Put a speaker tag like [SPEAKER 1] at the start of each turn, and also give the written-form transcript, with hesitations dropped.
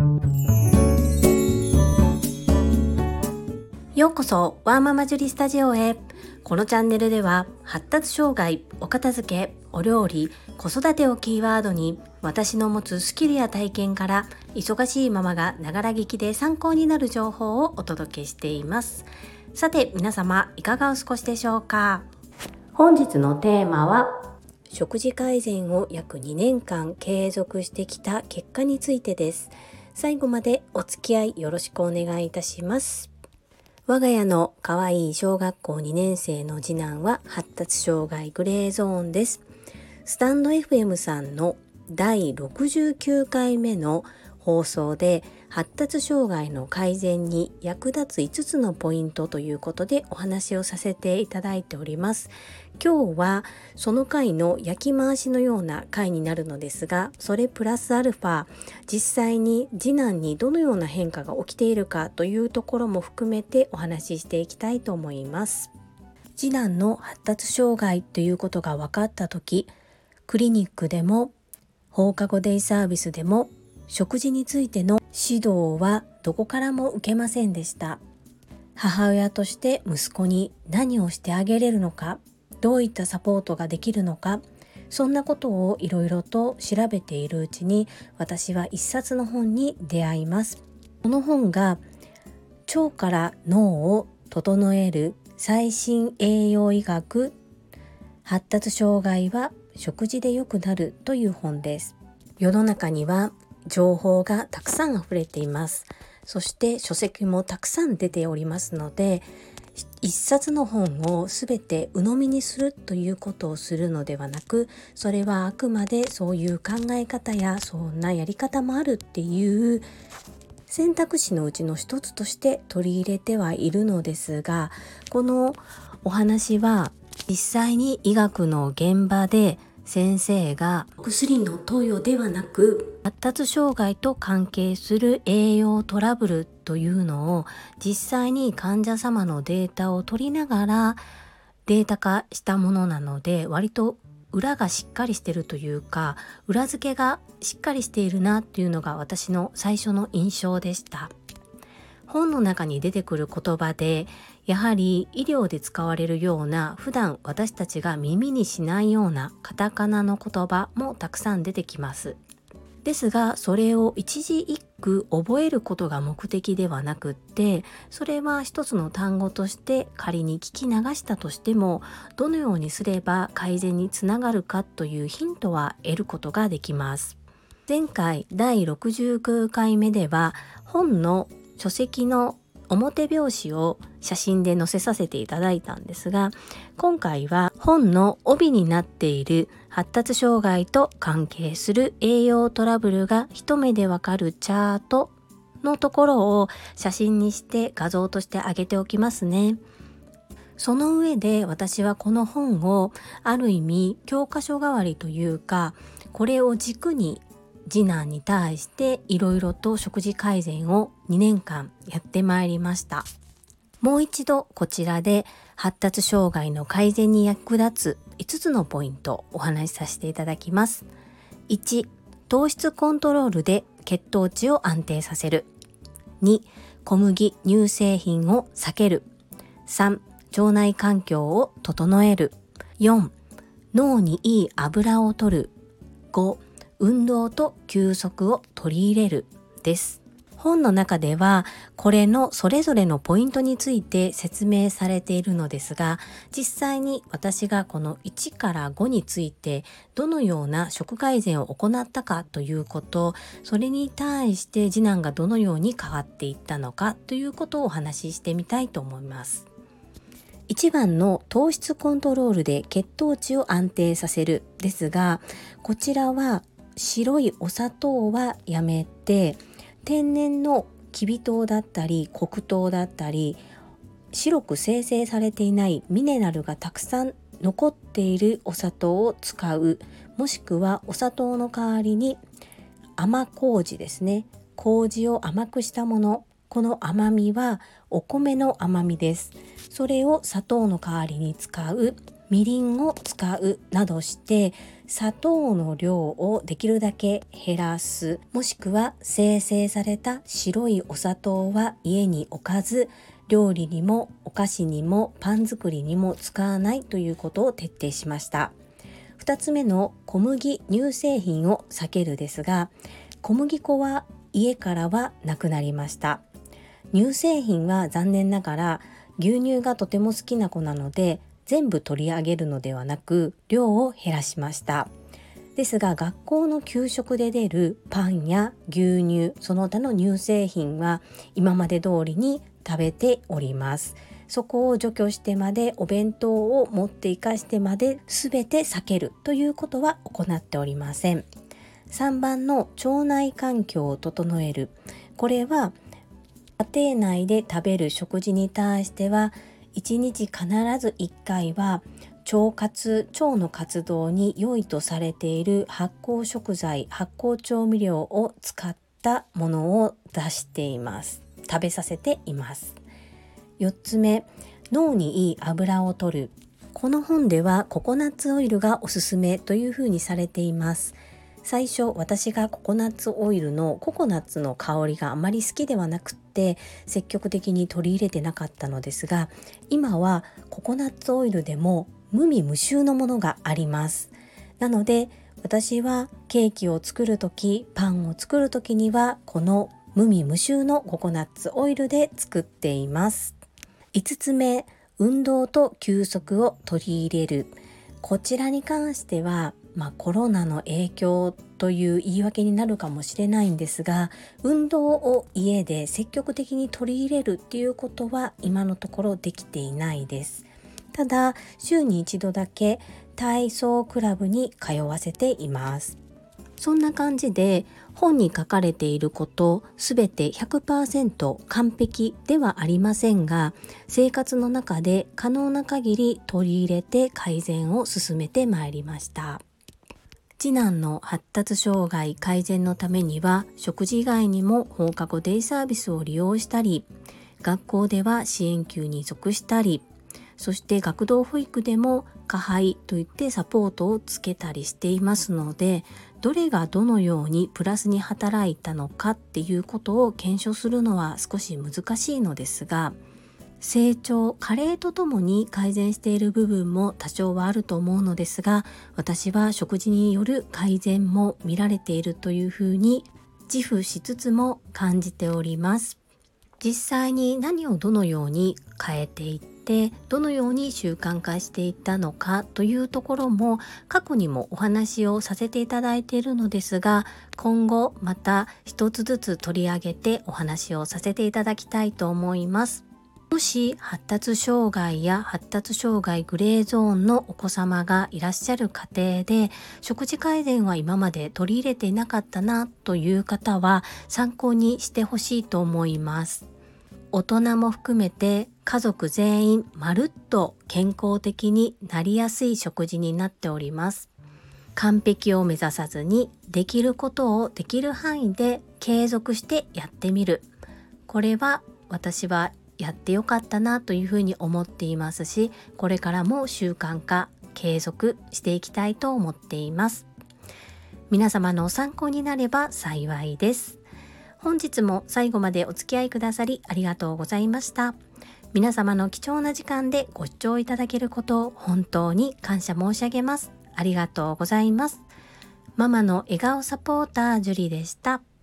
[SPEAKER 1] ようこそワーママジュリスタジオへ。このチャンネルでは発達障害、お片付け、お料理、子育てをキーワードに私の持つスキルや体験から忙しいママがながら聞きで参考になる情報をお届けしています。さて皆様いかがお過ごしでしょうか。本日のテーマは食事改善を約2年間継続してきた結果についてです。最後までお付き合いよろしくお願いいたします。我が家の可愛い小学校2年生の次男は発達障害グレーゾーンです。スタンド FM さんの第69回目の放送で発達障害の改善に役立つ5つのポイントということでお話をさせていただいております。今日はその回の焼き回しのような回になるのですが、それプラスアルファ実際に次男にどのような変化が起きているかというところも含めてお話ししていきたいと思います。次男の発達障害ということが分かった時、クリニックでも放課後デイサービスでも食事についての指導はどこからも受けませんでした。母親として息子に何をしてあげれるのか、どういったサポートができるのか、そんなことをいろいろと調べているうちに私は一冊の本に出会います。この本が腸から脳を整える最新栄養医学、発達障害は食事で良くなるという本です。世の中には情報がたくさん溢れています。そして書籍もたくさん出ておりますので、一冊の本をすべて鵜呑みにするということをするのではなく、それはあくまでそういう考え方やそんなやり方もあるっていう選択肢のうちの一つとして取り入れてはいるのですが、このお話は実際に医学の現場で先生が薬の投与ではなく発達障害と関係する栄養トラブルというのを実際に患者様のデータを取りながらデータ化したものなので、割と裏がしっかりしてるというか裏付けがしっかりしているなっていうのが私の最初の印象でした。本の中に出てくる言葉でやはり医療で使われるような普段私たちが耳にしないようなカタカナの言葉もたくさん出てきます。ですがそれを一字一句覚えることが目的ではなくって、それは一つの単語として仮に聞き流したとしてもどのようにすれば改善につながるかというヒントは得ることができます。前回第69回目では本の書籍の表表紙を写真で載せさせていただいたんですが、今回は本の帯になっている発達障害と関係する栄養トラブルが一目でわかるチャートのところを写真にして画像として上げておきますね。その上で私はこの本をある意味教科書代わりというか、これを軸に次男に対していろいろと食事改善を2年間やってまいりました。もう一度こちらで発達障害の改善に役立つ5つのポイントをお話しさせていただきます。1、糖質コントロールで血糖値を安定させる。2、小麦・乳製品を避ける。3、腸内環境を整える。4、脳にいい油を摂る。5、運動と休息を取り入れるです。本の中ではこれのそれぞれのポイントについて説明されているのですが、実際に私がこの1から5についてどのような食改善を行ったかということ、それに対して次男がどのように変わっていったのかということをお話ししてみたいと思います。1番の糖質コントロールで血糖値を安定させるですが、こちらは白いお砂糖はやめて天然のきび糖だったり黒糖だったり白く精製されていないミネラルがたくさん残っているお砂糖を使う、もしくはお砂糖の代わりに甘麹ですね、麹を甘くしたもの、この甘みはお米の甘みです。それを砂糖の代わりに使うみりんを使うなどして砂糖の量をできるだけ減らす、もしくは精製された白いお砂糖は家に置かず、料理にもお菓子にもパン作りにも使わないということを徹底しました。2つ目の小麦乳製品を避けるですが、小麦粉は家からはなくなりました。乳製品は残念ながら牛乳がとても好きな子なので全部取り上げるのではなく量を減らしました。ですが学校の給食で出るパンや牛乳、その他の乳製品は今まで通りに食べております。そこを除去してまで、お弁当を持って生かしてまで全て避けるということは行っておりません。3番の腸内環境を整える。これは家庭内で食べる食事に対しては1日必ず1回は腸の活動に良いとされている発酵食材、発酵調味料を使ったものを出しています。食べさせています。4つ目、脳にいい油を摂る。この本ではココナッツオイルがおすすめというふうにされています。最初私がココナッツオイルのココナッツの香りがあまり好きではなくって積極的に取り入れてなかったのですが、今はココナッツオイルでも無味無臭のものがあります。なので私はケーキを作るとき、パンを作るときにはこの無味無臭のココナッツオイルで作っています。5つ目、運動と休息を取り入れる。こちらに関してはコロナの影響という言い訳になるかもしれないんですが、運動を家で積極的に取り入れるっていうことは今のところできていないです。ただ週に一度だけ体操クラブに通わせています。そんな感じで本に書かれていることすべて 100% 完璧ではありませんが、生活の中で可能な限り取り入れて改善を進めてまいりました。次男の発達障害改善のためには食事以外にも放課後デイサービスを利用したり、学校では支援級に属したり、そして学童保育でも加配といってサポートをつけたりしていますので、どれがどのようにプラスに働いたのかっていうことを検証するのは少し難しいのですが、成長、加齢とともに改善している部分も多少はあると思うのですが、私は食事による改善も見られているというふうに自負しつつも感じております。実際に何をどのように変えていってどのように習慣化していったのかというところも過去にもお話をさせていただいているのですが、今後また一つずつ取り上げてお話をさせていただきたいと思います。もし発達障害や発達障害グレーゾーンのお子様がいらっしゃる家庭で食事改善は今まで取り入れていなかったなという方は参考にしてほしいと思います。大人も含めて家族全員まるっと健康的になりやすい食事になっております。完璧を目指さずにできることをできる範囲で継続してやってみる。これは私はやってよかったなというふうに思っていますし、これからも習慣化継続していきたいと思っています。皆様の参考になれば幸いです。本日も最後までお付き合いくださりありがとうございました。皆様の貴重な時間でご視聴いただけることを本当に感謝申し上げます。ありがとうございます。ママの笑顔サポータージュリでした。